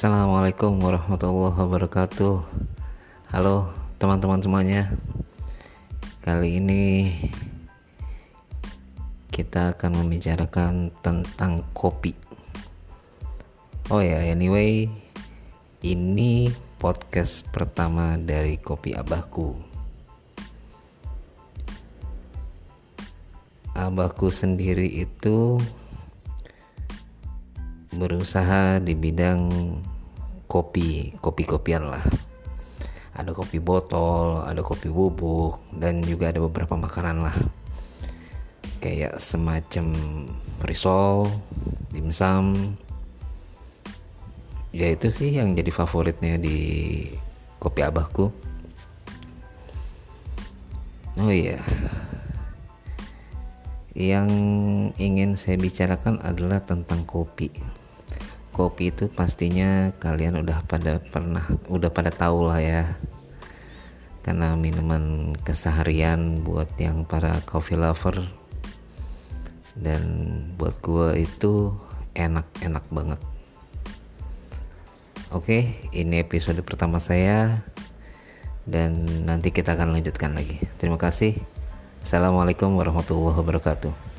Assalamualaikum warahmatullahi wabarakatuh. Halo teman-teman semuanya. Kali ini kita akan membicarakan tentang kopi. Anyway, ini podcast pertama dari Kopi Abahku. Abahku sendiri itu berusaha di bidang kopi-kopian lah. Ada kopi botol, ada kopi bubuk, dan juga ada beberapa makanan lah. Kayak semacam risol, dimsum. Ya itu sih yang jadi favoritnya di Kopi Abahku. Oh iya. Yang ingin saya bicarakan adalah tentang kopi. Kopi itu pastinya kalian udah pada tahu lah ya, karena minuman keseharian buat yang para coffee lover, dan buat gue itu enak banget. Oke, ini episode pertama saya, dan nanti kita akan lanjutkan lagi. Terima kasih. Assalamualaikum warahmatullahi wabarakatuh.